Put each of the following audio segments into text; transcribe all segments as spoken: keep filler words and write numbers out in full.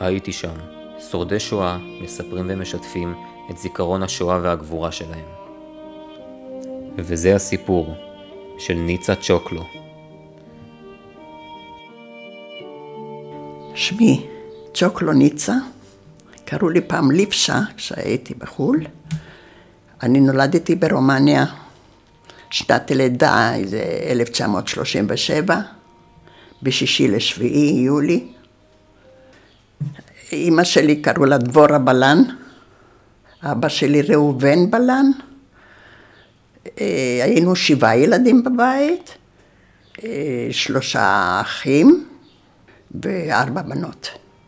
הייתי שם. שורדי שואה מספרים ומשתפים את זיכרון השואה והגבורה שלהם. וזה הסיפור של ניצה צ'וקלו. שמי צ'וקלו ניצה, קראו לי פעם ליפשה כשהייתי בחול. אני נולדתי ברומניה, שנת לידה זה אלף תשע מאות שלושים ושבע, בשישי לשביעי יולי. אמא שלי קראו לה דבורה בלן, אבא שלי ראובן בלן. היינו שבעה ילדים בבית, שלושה אחים וארבע בנות.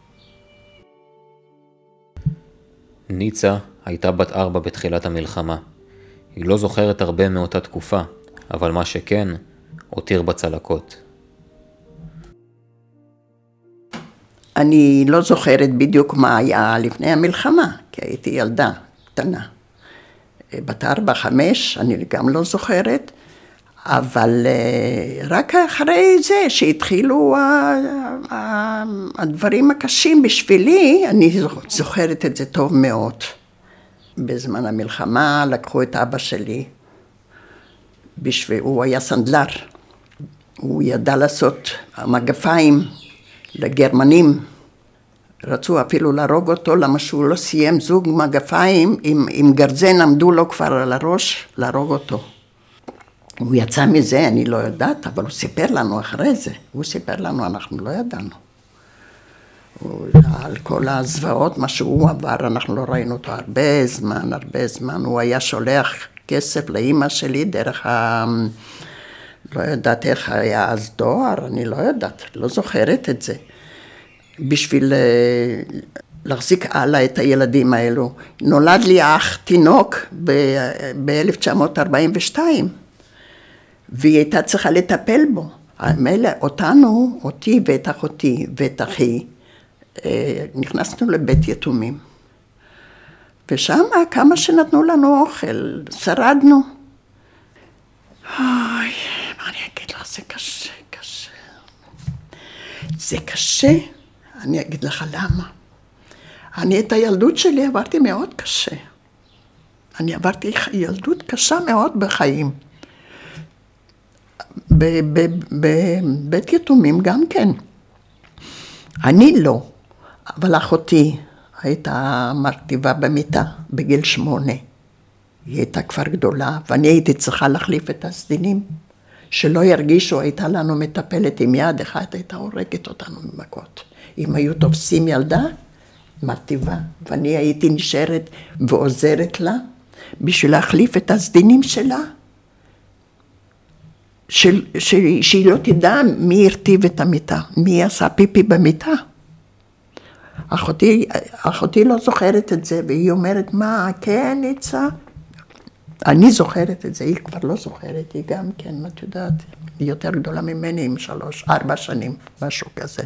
ניצה הייתה בת ארבע בתחילת המלחמה. היא לא זוכרת הרבה מאותה תקופה, אבל מה שכן, הותיר בצלקות. אני לא זוכרת בדיוק מה היה לפני המלחמה, כי הייתי ילדה קטנה. בת ארבע, חמש, אני גם לא זוכרת, אבל רק אחרי זה שהתחילו הדברים הקשים בשבילי, אני זוכרת את זה טוב מאוד. בזמן המלחמה לקחו את אבא שלי, בשביל, הוא היה סנדלר, הוא ידע לעשות מגפיים לגרמנים, רצו אפילו להרוג אותו, למה שהוא לא סיים זוג מגפיים, עם, עם גרזן עמדו לו כבר על הראש להרוג אותו. הוא יצא מזה, אני לא יודעת, אבל הוא סיפר לנו אחרי זה, הוא סיפר לנו, אנחנו לא ידענו. הוא, על כל הזוועות, מה שהוא עבר, אנחנו לא ראינו אותו הרבה זמן, הרבה זמן. הוא היה שולח כסף לאמא שלי דרך ה... לא יודעת איך היה אז דואר, אני לא יודעת, לא זוכרת את זה. בשביל להחזיק הלאה את הילדים האלו. נולד לי אח תינוק ב-אלף תשע מאות ארבעים ושתיים, והיא הייתה צריכה לטפל בו. מילא אותנו, אותי ואת אחותי ואת אחי, נכנסנו לבית יתומים. ושם כמה שנתנו לנו אוכל, שרדנו. אוי, מה אני אגיד לך, זה קשה, קשה. זה קשה, אני אגיד לך למה. אני את הילדות שלי עברתי מאוד קשה. אני עברתי ילדות קשה מאוד בחיים. בבית יתומים גם כן. אני לא, אבל אחותי הייתה מרטיבה במיטה בגיל שמונה. היא הייתה כבר גדולה, ואני הייתי צריכה להחליף את הסדינים. שלא ירגישו, הייתה לנו מטפלת עם יד אחת, הייתה הורגת אותנו במכות. אם היו תופסים ילדה, מרטיבה, ואני הייתי נשארת ועוזרת לה, בשביל להחליף את הסדינים שלה, של, ש, שהיא לא תדע מי הרטיב את המיטה, מי עשה פיפי במיטה. אחותי, אחותי לא זוכרת את זה, והיא אומרת, מה, כן, ניצה? אני זוכרת את זה, היא כבר לא זוכרת, היא גם כן, את יודעת, היא יותר גדולה ממני עם שלוש, ארבע שנים, משהו כזה.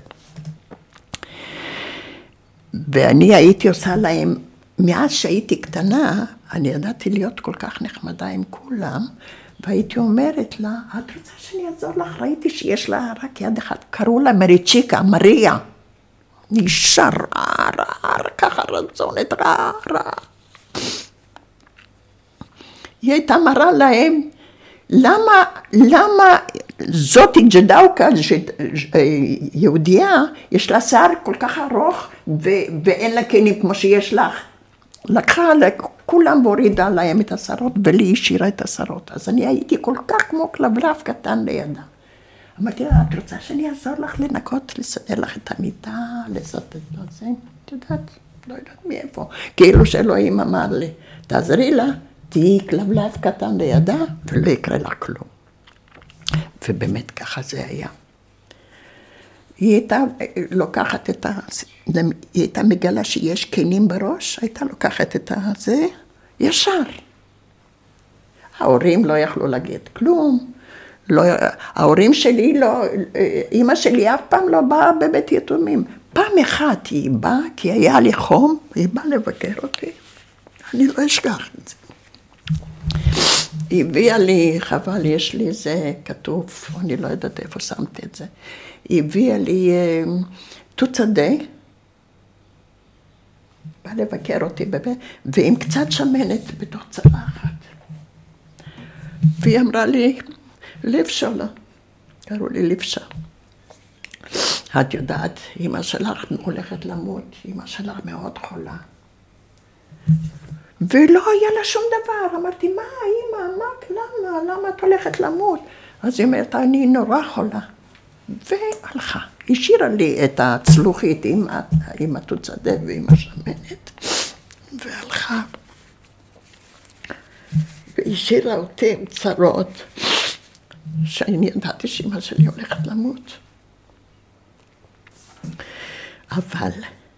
ואני הייתי עושה להם, מאז שהייתי קטנה, אני ידעתי להיות כל כך נחמדה עם כולם, והייתי אומרת לה, את רוצה שאני אעזור לך? ראיתי שיש לה רק יד אחת, קראו לה מריצ'יקה, מריה. נשאר רע, רע, ככה רצונת רע, רע. היא הייתה מראה להם, למה, למה זאתי ג'דאוקה, יהודייה, יש לה שיער כל כך ארוך, ואין לה קנים כמו שיש לך. לקחה, כולם הורידה להם את השערות, ולי השאירה את השערות. אז אני הייתי כל כך כמו כלבלב קטן לידה. אמרתי לה, את רוצה שאני אעזור לך לנקות, לסדר לך את המיטה, לעשות את זה? את יודעת, לא יודעת מאיפה. כאילו שאלוהים אמר לי, תעזרי לה, תהיי כלבלב קטן לידה, ולא יקרה לה כלום. ובאמת ככה זה היה. היא הייתה לוקחת את ה... היא הייתה מגלה שיש קנים בראש, הייתה לוקחת את זה ישר. ההורים לא יכלו להגיד כלום. לא, ההורים שלי לא, אמא שלי אף פעם לא באה בבית יתומים. פעם אחת היא באה, כי היה לי חום, היא באה לבקר אותי. אני לא אשכח את זה. היא הביאה לי, חבל, יש לי זה כתוב, אני לא יודעת איפה שמתי את זה. היא הביאה לי תות שדה, בא לבקר אותי בבית, ועם קצת שמנת בתוך צלחת. והיא אמרה לי, לבשה לה, קראו לי לבשה. את יודעת, אמא שלך הולכת למות, אמא שלך מאוד חולה. ולא היה לה שום דבר, אמרתי, מה אמא, מה, למה, למה את הולכת למות? אז היא אומרת, אני נורא חולה. והלכה, השאירה לי את הצלוחית עם, עם התוצדה ועם השמנת, והלכה. והשאירה אותי עם צרות, שאני ידעתי שאמא שלי הולכת למות. אבל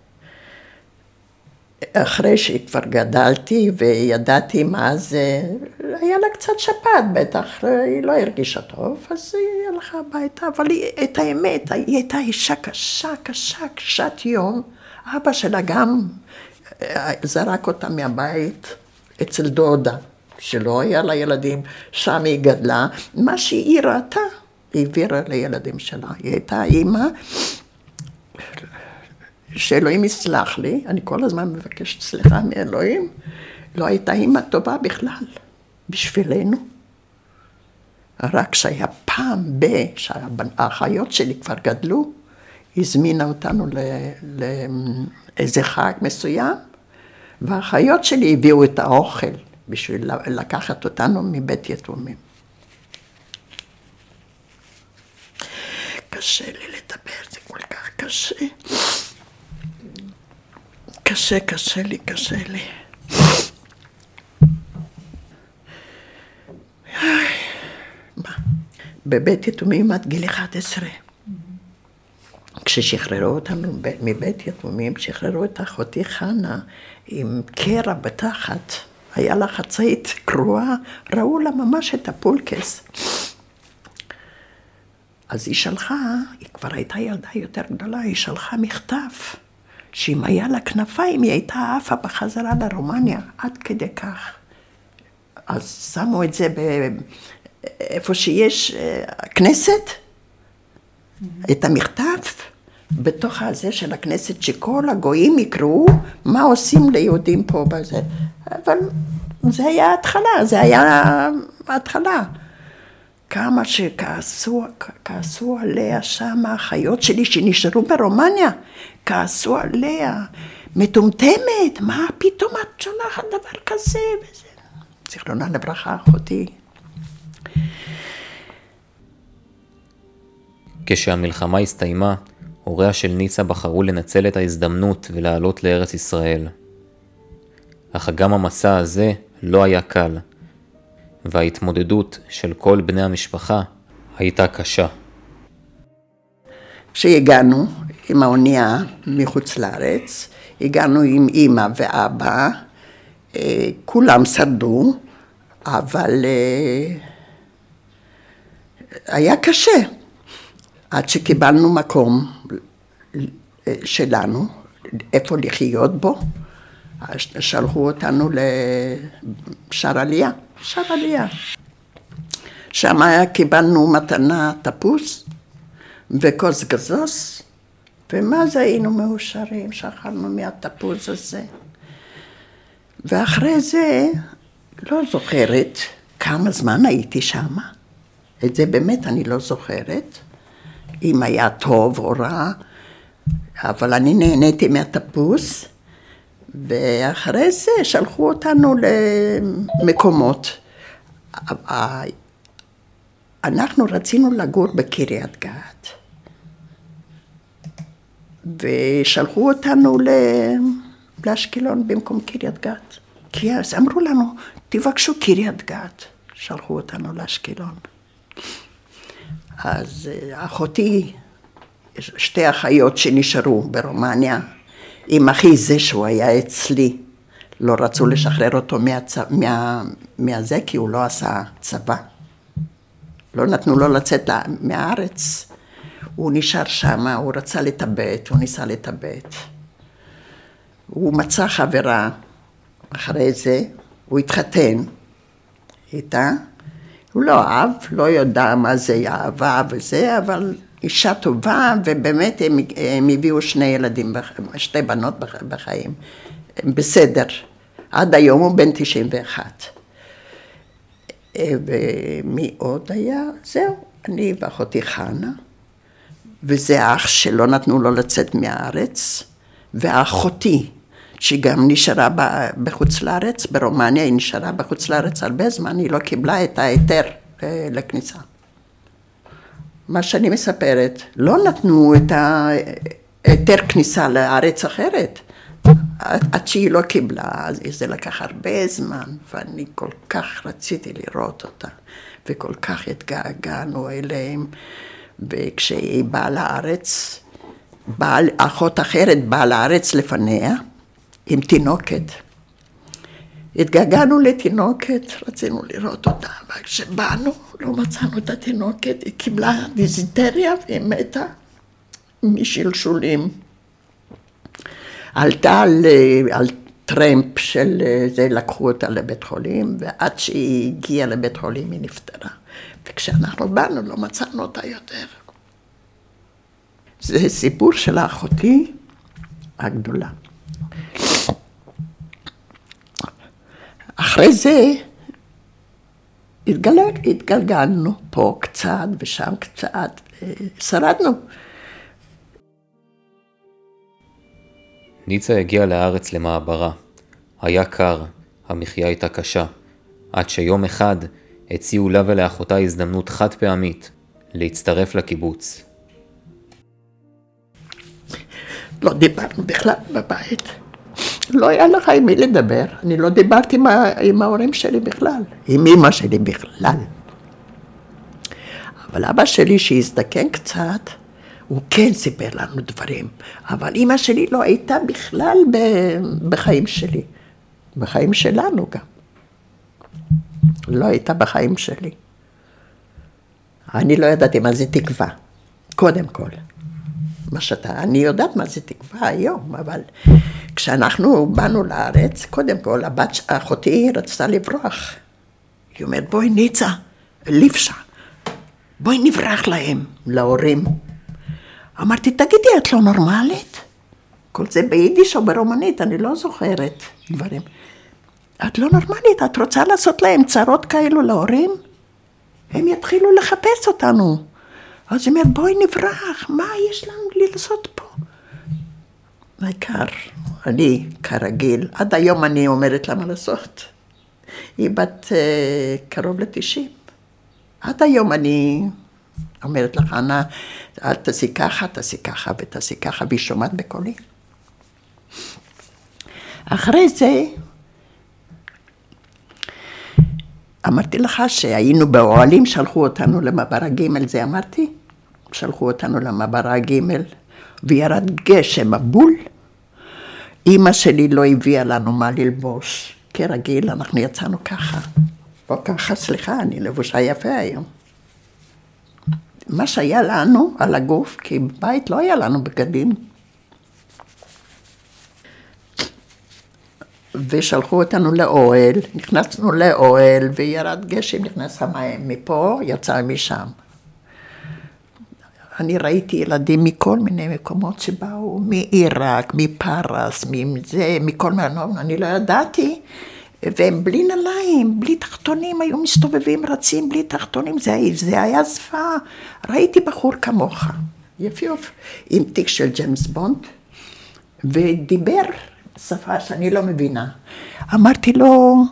אחרי שכבר גדלתי וידעתי מה זה, היה לה קצת שפעת בטח, היא לא הרגישה טוב, אז היא הלכה הביתה, אבל היא, את האמת, היא הייתה אישה קשה, קשה, קשת יום. אבא שלה גם זרק אותה מהבית אצל דודה, שלא היה לה ילדים, שם היא גדלה. מה שהיא ראתה, היא העבירה לילדים שלה. היא הייתה אימא, שאלוהים יסלח לי, אני כל הזמן מבקשת סליחה מאלוהים, לא הייתה אימא טובה בכלל, בשבילנו. רק שהיה פעם ב, שהאחיות שלי כבר גדלו, הזמינה אותנו לאיזה חג מסוים, והאחיות שלי הביאו את האוכל בשביל לקחת אותנו מבית יתומים. קשה לי לדבר, זה כל כך קשה. קשה, קשה לי, קשה לי. מה? בבית יתומים עד גיל אחד עשרה. כששחררו אותנו מבית יתומים, שחררו את אחותי חנה עם קרע בתחת. היה לה חצאית קרועה, ראו לה ממש את הפולקס. אז היא שלחה, היא כבר הייתה ילדה יותר גדולה, היא שלחה מכתב. שאם היה לה כנפיים, היא הייתה עפה בחזרה לרומניה, עד כדי כך. אז שמו את זה באיפה שיש כנסת, mm-hmm. את המכתב, בתוך הזה של הכנסת, שכל הגויים יקראו מה עושים ליהודים פה בזה. אבל זה היה התחלה, זה היה התחלה. כמה שכעסו, כעסו עליה שם, החיות שלי שנשארו ברומניה, כעסו עליה, מטומטמת, מה פתאום את שולחת דבר כזה וזה. זיכרונה לברכה, אחותי. כשהמלחמה הסתיימה, הוריה של ניצה בחרו לנצל את ההזדמנות ולעלות לארץ ישראל. אך גם המסע הזה לא היה קל, וההתמודדות של כל בני המשפחה הייתה קשה. כשהגענו עם האונייה מחוץ לארץ, הגענו עם אמא ואבא, כולם שרדו, אבל היה קשה. עד שקיבלנו מקום שלנו, איפה לחיות בו, שלחו אותנו לשער עלייה, שער עלייה. שם קיבלנו מתנה תפוס וכוס גזוס, ומה זה היינו מאושרים, שאכלנו מהתפוס הזה. ואחרי זה, לא זוכרת כמה זמן הייתי שם, את זה באמת אני לא זוכרת, אם היה טוב או רע, אבל אני נהניתי מהתפוס, ואחרי זה שלחו אותנו למקומות. אנחנו רצינו לגור בקריית גת, ושלחו אותנו לאשקלון במקום קריית גת. כי אז אמרו לנו, תבקשו קריית גת, שלחו אותנו לאשקלון. אז אחותי, שתי אחיות שנשארו ברומניה, עם אחי זה שהוא היה אצלי, לא רצו לשחרר אותו מהצ... מה... מהזה, כי הוא לא עשה צבא. לא נתנו לו לצאת מהארץ. הוא נשאר שם, הוא רצה לטבט, הוא ניסה לטבט. הוא מצא חברה, אחרי זה הוא התחתן איתה. הוא לא אהב, לא יודע מה זה אהבה וזה, אבל אישה טובה, ובאמת הם, הם הביאו שני ילדים, שתי בנות בחיים. בסדר. עד היום הוא בן תשעים ואחת. ומי עוד היה? זהו, אני ואחותי חנה, וזה האח שלא נתנו לו לצאת מהארץ, ואחותי, שגם נשארה בחוץ לארץ, ברומניה היא נשארה בחוץ לארץ הרבה זמן, היא לא קיבלה את ההיתר לכניסה. מה שאני מספרת, לא נתנו את ההיתר כניסה לארץ אחרת, עד שהיא לא קיבלה, אז זה לקח הרבה זמן, ואני כל כך רציתי לראות אותה, וכל כך התגעגענו אליהם, וכשהיא באה לארץ, באה, אחות אחרת באה לארץ לפניה, עם תינוקת. התגעגענו לתינוקת, רצינו לראות אותה, וכשבאנו לא מצאנו את התינוקת, היא קיבלה דיזנטריה והיא מתה משלשולים. עלתה על, על טרמפ של זה, לקחו אותה לבית חולים, ועד שהיא הגיעה לבית חולים היא נפטרה. וכשאנחנו באנו לא מצאנו אותה יותר. זה סיפור של אחותי הגדולה. אחרי זה התגלג, התגלגלנו פה קצת ושם קצת, שרדנו. ניצה הגיעה לארץ למעברה. היה קר, המחיה הייתה קשה, עד שיום אחד הציעו לה ולאחותה הזדמנות חד פעמית להצטרף לקיבוץ. לא דיברנו בכלל בבית. לא היה לך עם מי לדבר. אני לא דיברתי עם, עם ההורים שלי בכלל, עם אמא שלי בכלל. אבל אבא שלי שהזדקן קצת, הוא כן סיפר לנו דברים, אבל אמא שלי לא הייתה בכלל בחיים שלי, בחיים שלנו גם. לא הייתה בחיים שלי. אני לא ידעתי מה זה תקווה, קודם כל. מה שאתה, אני יודעת מה זה תקווה היום, אבל כשאנחנו באנו לארץ, קודם כל, הבת, אחותי רצתה לברוח. היא אומרת, בואי ניצה, ליפשה, בואי נברח להם, להורים. אמרתי, תגידי, את לא נורמלית? כל זה ביידיש או ברומנית, אני לא זוכרת דברים. את לא נורמלית, את רוצה לעשות להם צרות כאלו להורים? הם יתחילו לחפש אותנו. אז היא אומרת, בואי נברח, מה יש לנו לי לעשות פה? העיקר, אני כרגיל, עד היום אני אומרת לה מה לעשות. היא בת uh, קרוב לתשעים. עד היום אני אומרת לך, אנה, אל תעשי ככה, תעשי ככה ותעשי ככה, והיא שומעת בקולי. אחרי זה, אמרתי לך שהיינו באוהלים, שלחו אותנו למעברה ג', זה אמרתי? שלחו אותנו למעברה ג' וירד גשם מבול. אמא שלי לא הביאה לנו מה ללבוש. כרגיל, אנחנו יצאנו ככה. לא ככה, סליחה, אני לבושה יפה היום. מה שהיה לנו על הגוף, כי בבית לא היה לנו בגדים. ושלחו אותנו לאוהל, נכנסנו לאוהל וירד גשם, נכנס המים מפה, יצא משם. אני ראיתי ילדים מכל מיני מקומות שבאו, מעיראק, מפרס, מזה, מכל מיני, אני לא ידעתי, והם בלי נעליים, בלי תחתונים, היו מסתובבים, רצים בלי תחתונים, זה, זה היה זוועה. ראיתי בחור כמוך, יפיוף, עם תיק של ג'יימס בונד, ודיבר שפה שאני לא מבינה. אמרתי לו,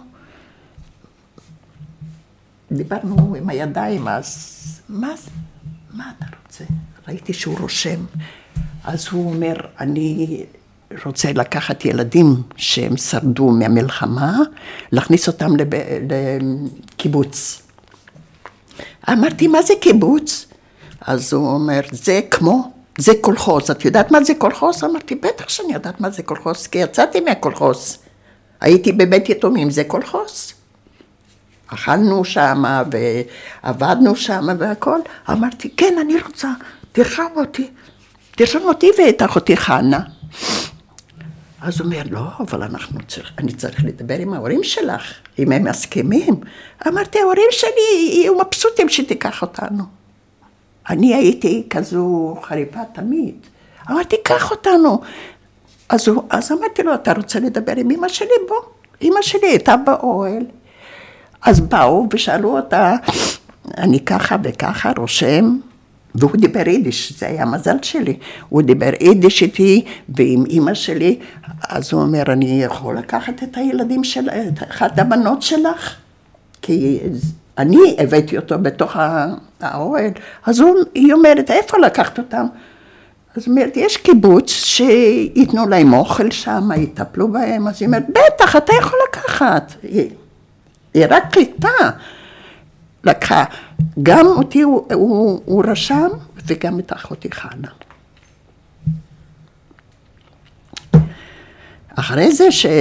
דיברנו עם הידיים, אז מה זה? מה אתה רוצה? ראיתי שהוא רושם. אז הוא אומר, אני רוצה לקחת ילדים שהם שרדו מהמלחמה, להכניס אותם לב... לקיבוץ. אמרתי, מה זה קיבוץ? אז הוא אומר, זה כמו, זה קולחוז. את יודעת מה זה קולחוז? אמרתי, בטח שאני יודעת מה זה קולחוז, כי יצאתי מהקולחוז. הייתי בבית יתומים, זה קולחוז. אכלנו שם ועבדנו שם והכל. אמרתי, כן, אני רוצה, תרשום אותי, תרשום אותי ואת אחותי חנה. אז הוא אומר, לא, אבל אנחנו צריך, אני צריך לדבר עם ההורים שלך, אם הם מסכימים. אמרתי, ההורים שלי יהיו מבסוטים שתיקח אותנו. אני הייתי כזו חריפה תמיד. אמרתי, קח אותנו. אז, הוא, אז אמרתי לו, אתה רוצה לדבר עם אמא שלי? בוא. אמא שלי הייתה באוהל. אז באו ושאלו אותה, אני ככה וככה רושם, והוא דיבר יידיש, זה היה המזל שלי. הוא דיבר יידיש איתי ועם אמא שלי, אז הוא אומר, אני יכול לקחת את הילדים של, את אחת הבנות שלך? כי אני הבאתי אותו בתוך האוהל. אז הוא, היא אומרת, איפה לקחת אותם? אז היא אומרת, יש קיבוץ שיתנו להם אוכל שם, יטפלו בהם. אז היא אומרת, בטח, אתה יכול לקחת. היא, היא רק חיכתה. לקחה, גם אותי הוא, הוא, הוא רשם, וגם את אחותי חנה. אחרי זה ש...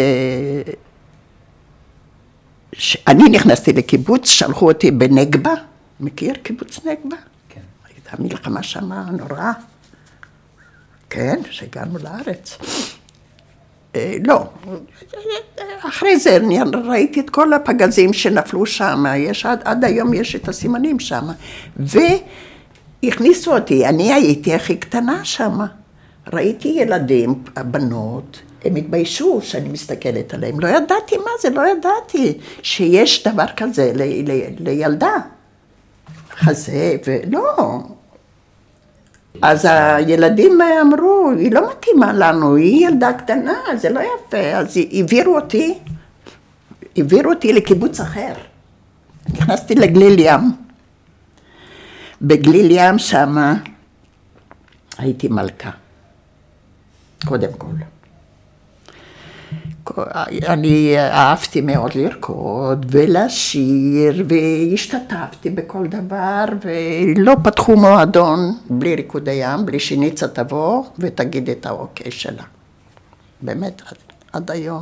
שאני נכנסתי לקיבוץ, שלחו אותי בנגבה, מכיר קיבוץ נגבה? כן. הייתה מלחמה שמה נוראה. כן, שהגענו לארץ. אה, לא, אחרי זה ראיתי את כל הפגזים שנפלו שם, יש, עד, עד היום יש את הסימנים שם, והכניסו אותי, אני הייתי הכי קטנה שם, ראיתי ילדים, הבנות, הם התביישו שאני מסתכלת עליהם, לא ידעתי מה זה, לא ידעתי שיש דבר כזה ל, ל, לילדה, חזה ולא. אז הילדים אמרו, היא לא מתאימה לנו, היא ילדה קטנה, זה לא יפה, אז העבירו אותי, העבירו אותי לקיבוץ אחר. נכנסתי לגליל ים, בגליל ים שמה הייתי מלכה, קודם כל. אני אהבתי מאוד לרקוד ולשיר והשתתפתי בכל דבר ולא פתחו מועדון בלי ריקודי ים, בלי שניצה תבוא ותגיד את האוקיי שלה. באמת עד, עד היום.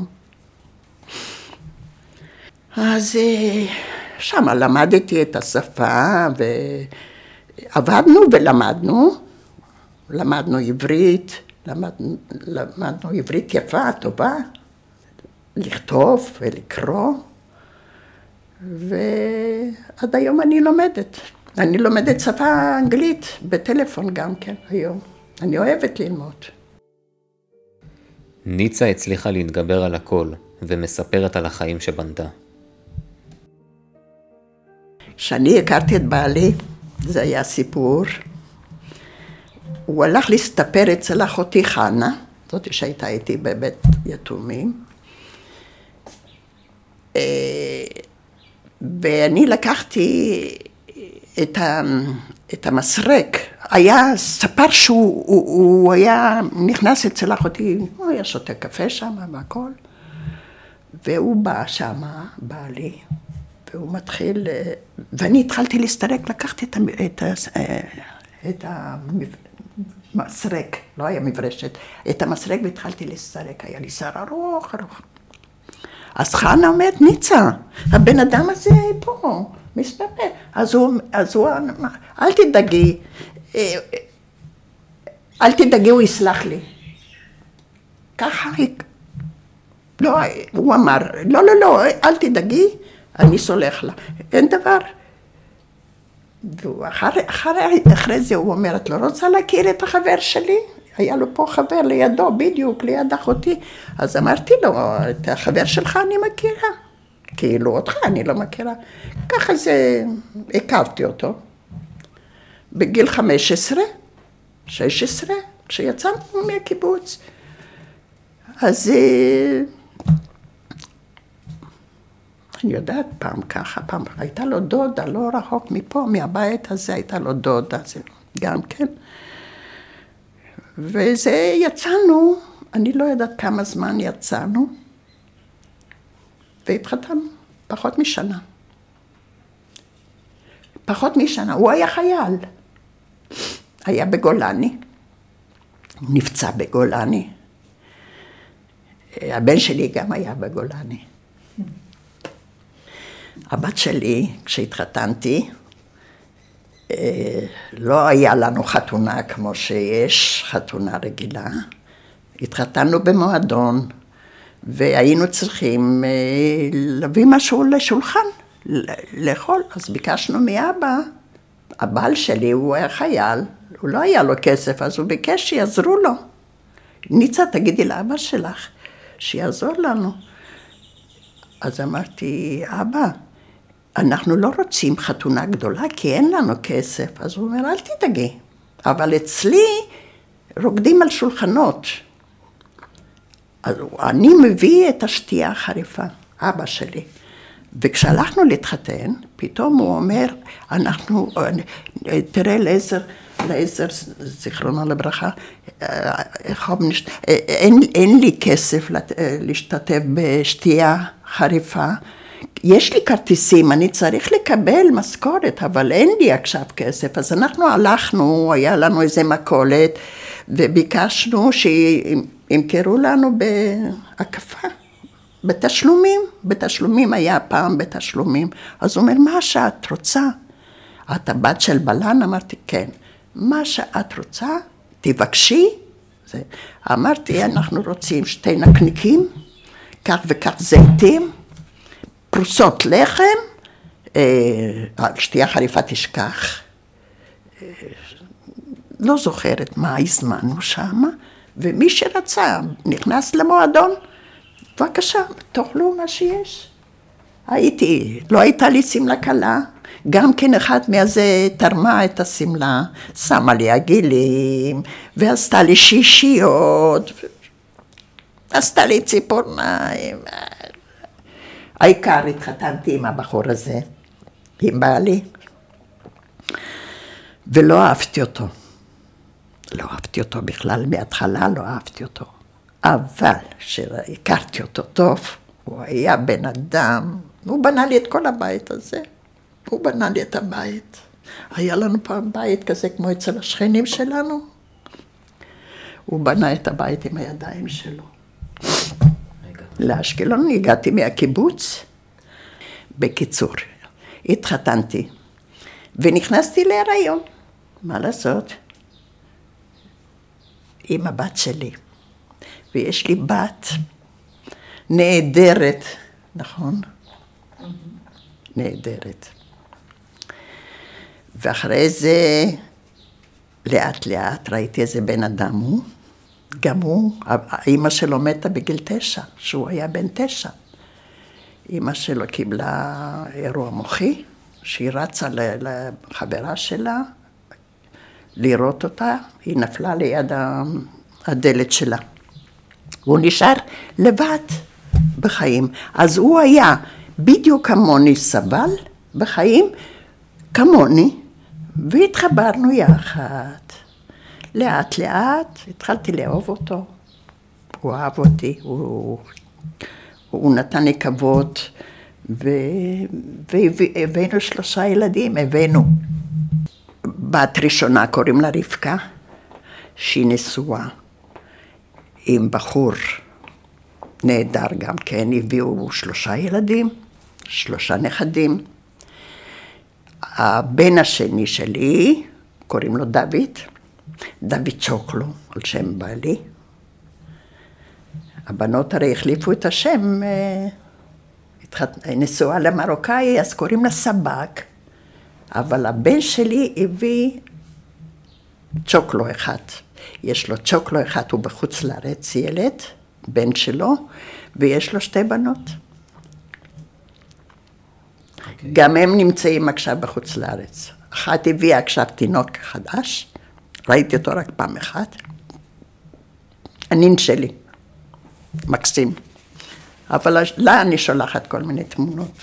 אז שם למדתי את השפה ועבדנו ולמדנו, למדנו עברית, למדנו, למדנו עברית יפה, טובה. לכתוב ולקרוא, ועד היום אני לומדת. אני לומדת שפה אנגלית, בטלפון גם כן היום. אני אוהבת ללמוד. ניצה הצליחה להתגבר על הכל, ומספרת על החיים שבנתה. כשאני הכרתי את בעלי, זה היה סיפור. הוא הלך להסתפר אצל אחותי חנה, זאת שהייתה איתי בבית יתומים, ואני לקחתי את, ה, את המסרק, היה ספר שהוא הוא, הוא היה נכנס אצל אחותי, הוא היה שותה קפה שם והכל, והוא בא שם, בא לי, והוא מתחיל, ואני התחלתי להסתרק, לקחתי את, את, את המסרק, לא היה מברשת, את המסרק והתחלתי להסתרק, היה לי שר ארוך, ארוך. אז חנה אומרת, ניצה, הבן אדם הזה פה, מסתבר. אז הוא, אז הוא, אל תדאגי, אל תדאגי, הוא יסלח לי. ככה, לא, הוא אמר, לא, לא, לא, אל תדאגי, אני סולח לה. אין דבר. ואחרי, אחרי, אחרי זה הוא אומר, את לא רוצה להכיר את החבר שלי? היה לו פה חבר לידו, בדיוק, ליד אחותי. אז אמרתי לו, את החבר שלך אני מכירה. כאילו אותך אני לא מכירה. ככה זה, הכרתי אותו. בגיל חמש עשרה, שש עשרה, כשיצאנו מהקיבוץ. אז אני יודעת, פעם ככה, פעם הייתה לו דודה, לא רחוק מפה, מהבית הזה הייתה לו דודה, זה גם כן. וזה יצאנו, אני לא יודעת כמה זמן יצאנו, והתחתנו, פחות משנה. פחות משנה, הוא היה חייל. היה בגולני, הוא נפצע בגולני. הבן שלי גם היה בגולני. הבת שלי, כשהתחתנתי, לא היה לנו חתונה כמו שיש, חתונה רגילה. התחתנו במועדון, והיינו צריכים להביא משהו לשולחן, לאכול. אז ביקשנו מאבא, הבעל שלי הוא היה חייל, הוא לא היה לו כסף, אז הוא ביקש שיעזרו לו. ניצה, תגידי לאבא שלך, שיעזור לנו. אז אמרתי, אבא, אנחנו לא רוצים חתונה גדולה, כי אין לנו כסף. אז הוא אומר, אל תדאגי. אבל אצלי רוקדים על שולחנות. אז אני מביא את השתייה החריפה, אבא שלי. וכשהלכנו להתחתן, פתאום הוא אומר, אנחנו, תראה לעזר, לעזר, זיכרונה לברכה, אין, אין לי כסף להשתתף בשתייה חריפה, יש לי כרטיסים, אני צריך לקבל משכורת, אבל אין לי עכשיו כסף, אז אנחנו הלכנו, היה לנו איזה מכולת, וביקשנו שימכרו לנו בהקפה. בתשלומים, בתשלומים היה פעם בתשלומים. אז הוא אומר, מה שאת רוצה? את הבת של בלן? אמרתי, כן. מה שאת רוצה, תבקשי. זה. אמרתי, אנחנו רוצים שתי נקניקים, כך וכך זיתים, פרוסות לחם, אה, שתייה חריפה תשכח. אה, לא זוכרת מה הזמנו שם, ומי שרצה נכנס למועדון, בבקשה, תאכלו מה שיש. הייתי, לא הייתה לי סמלה קלה, גם כן אחד מהזה תרמה את הסמלה, שמה לי עגילים, ועשתה לי שישיות, עשתה לי ציפורניים. העיקר התחתנתי עם הבחור הזה, עם בעלי, ולא אהבתי אותו. לא אהבתי אותו בכלל, מההתחלה לא אהבתי אותו. אבל כשהכרתי אותו טוב, הוא היה בן אדם, הוא בנה לי את כל הבית הזה, הוא בנה לי את הבית. היה לנו פעם בית כזה כמו אצל השכנים שלנו, הוא בנה את הבית עם הידיים שלו. לאשקלון הגעתי מהקיבוץ, בקיצור, התחתנתי, ונכנסתי להיריון, מה לעשות? עם הבת שלי. ויש לי בת נהדרת, נכון? נהדרת. ואחרי זה, לאט לאט ראיתי איזה בן אדם הוא, גם הוא, האמא שלו מתה בגיל תשע, שהוא היה בן תשע. אמא שלו קיבלה אירוע מוחי, שהיא רצה לחברה שלה, לראות אותה, היא נפלה ליד הדלת שלה. הוא נשאר לבד בחיים. אז הוא היה בדיוק כמוני סבל בחיים, כמוני, והתחברנו יחד. לאט לאט התחלתי לאהוב אותו. הוא אהב אותי, הוא, הוא נתן לי כבוד, והבאנו שלושה ילדים, הבאנו. בת ראשונה קוראים לה רבקה, שהיא נשואה. עם בחור נהדר גם כן, הביאו שלושה ילדים, שלושה נכדים. הבן השני שלי, קוראים לו דוד, דוד צ'וקלו, על שם בעלי. הבנות הרי החליפו את השם, נשואה למרוקאי, אז קוראים לה סבק, אבל הבן שלי הביא צ'וקלו אחד. יש לו צ'וקלו אחד, הוא בחוץ לארץ ילד, בן שלו, ויש לו שתי בנות. Okay. גם הם נמצאים עכשיו בחוץ לארץ. אחת הביאה עכשיו תינוק חדש, ראיתי אותו רק פעם אחת. הנין שלי, מקסים. אבל לה אני שולחת כל מיני תמונות.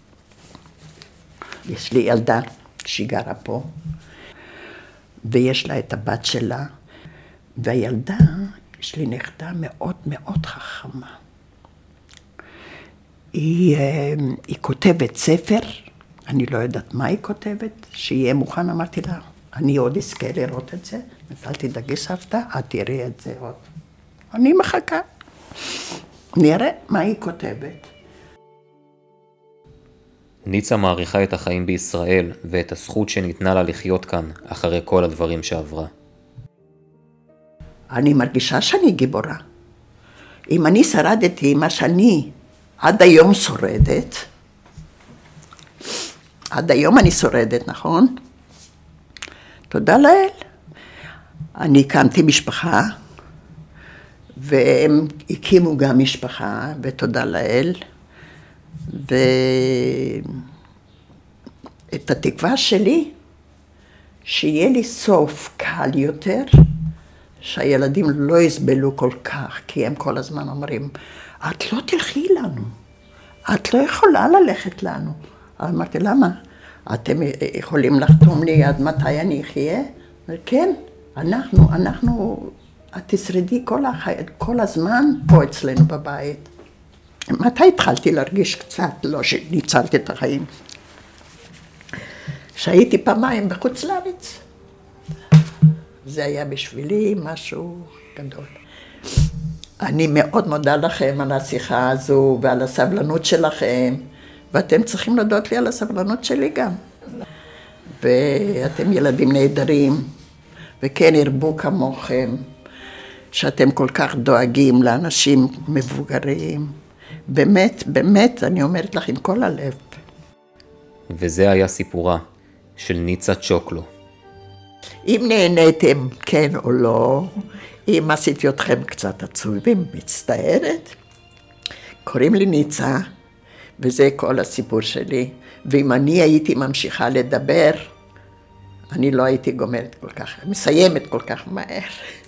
יש לי ילדה שהיא גרה פה, ויש לה את הבת שלה, והילדה, יש לי נכדה מאוד מאוד חכמה. היא, היא כותבת ספר, אני לא יודעת מה היא כותבת, שיהיה מוכן, אמרתי לה, אני עוד אזכה לראות את זה, נטלתי דגי סבתא, את תראי את זה עוד. אני מחכה, נראה מה היא כותבת. ניצה מעריכה את החיים בישראל ואת הזכות שניתנה לה לחיות כאן אחרי כל הדברים שעברה. אני מרגישה שאני גיבורה. אם אני שרדתי מה שאני עד היום שורדת, עד היום אני שורדת, נכון? תודה לאל. אני הקמתי משפחה, והם הקימו גם משפחה, ותודה לאל. ואת התקווה שלי, שיהיה לי סוף קל יותר, שהילדים לא יסבלו כל כך, כי הם כל הזמן אומרים, את לא תלכי לנו, את לא יכולה ללכת לנו. אמרתי, למה? אתם יכולים לחתום לי עד מתי אני אחיה? כן, אנחנו, אנחנו, את תשרדי כל, הח... כל הזמן פה אצלנו בבית. מתי התחלתי להרגיש קצת, לא שניצלתי את החיים? שהייתי פעמיים בחוץ לארץ. זה היה בשבילי משהו גדול. אני מאוד מודה לכם על השיחה הזו ועל הסבלנות שלכם, ואתם צריכים להודות לי על הסבלנות שלי גם. ואתם ילדים נהדרים, וכן ירבו כמוכם, שאתם כל כך דואגים לאנשים מבוגרים. באמת, באמת, אני אומרת לך עם כל הלב. וזה היה סיפורה של ניצה צ'וקלו. אם נהניתם, כן או לא, אם עשיתי אתכם קצת עצובים, מצטערת, קוראים לי ניצה, וזה כל הסיפור שלי. ואם אני הייתי ממשיכה לדבר, אני לא הייתי גומרת כל כך, מסיימת כל כך מהר.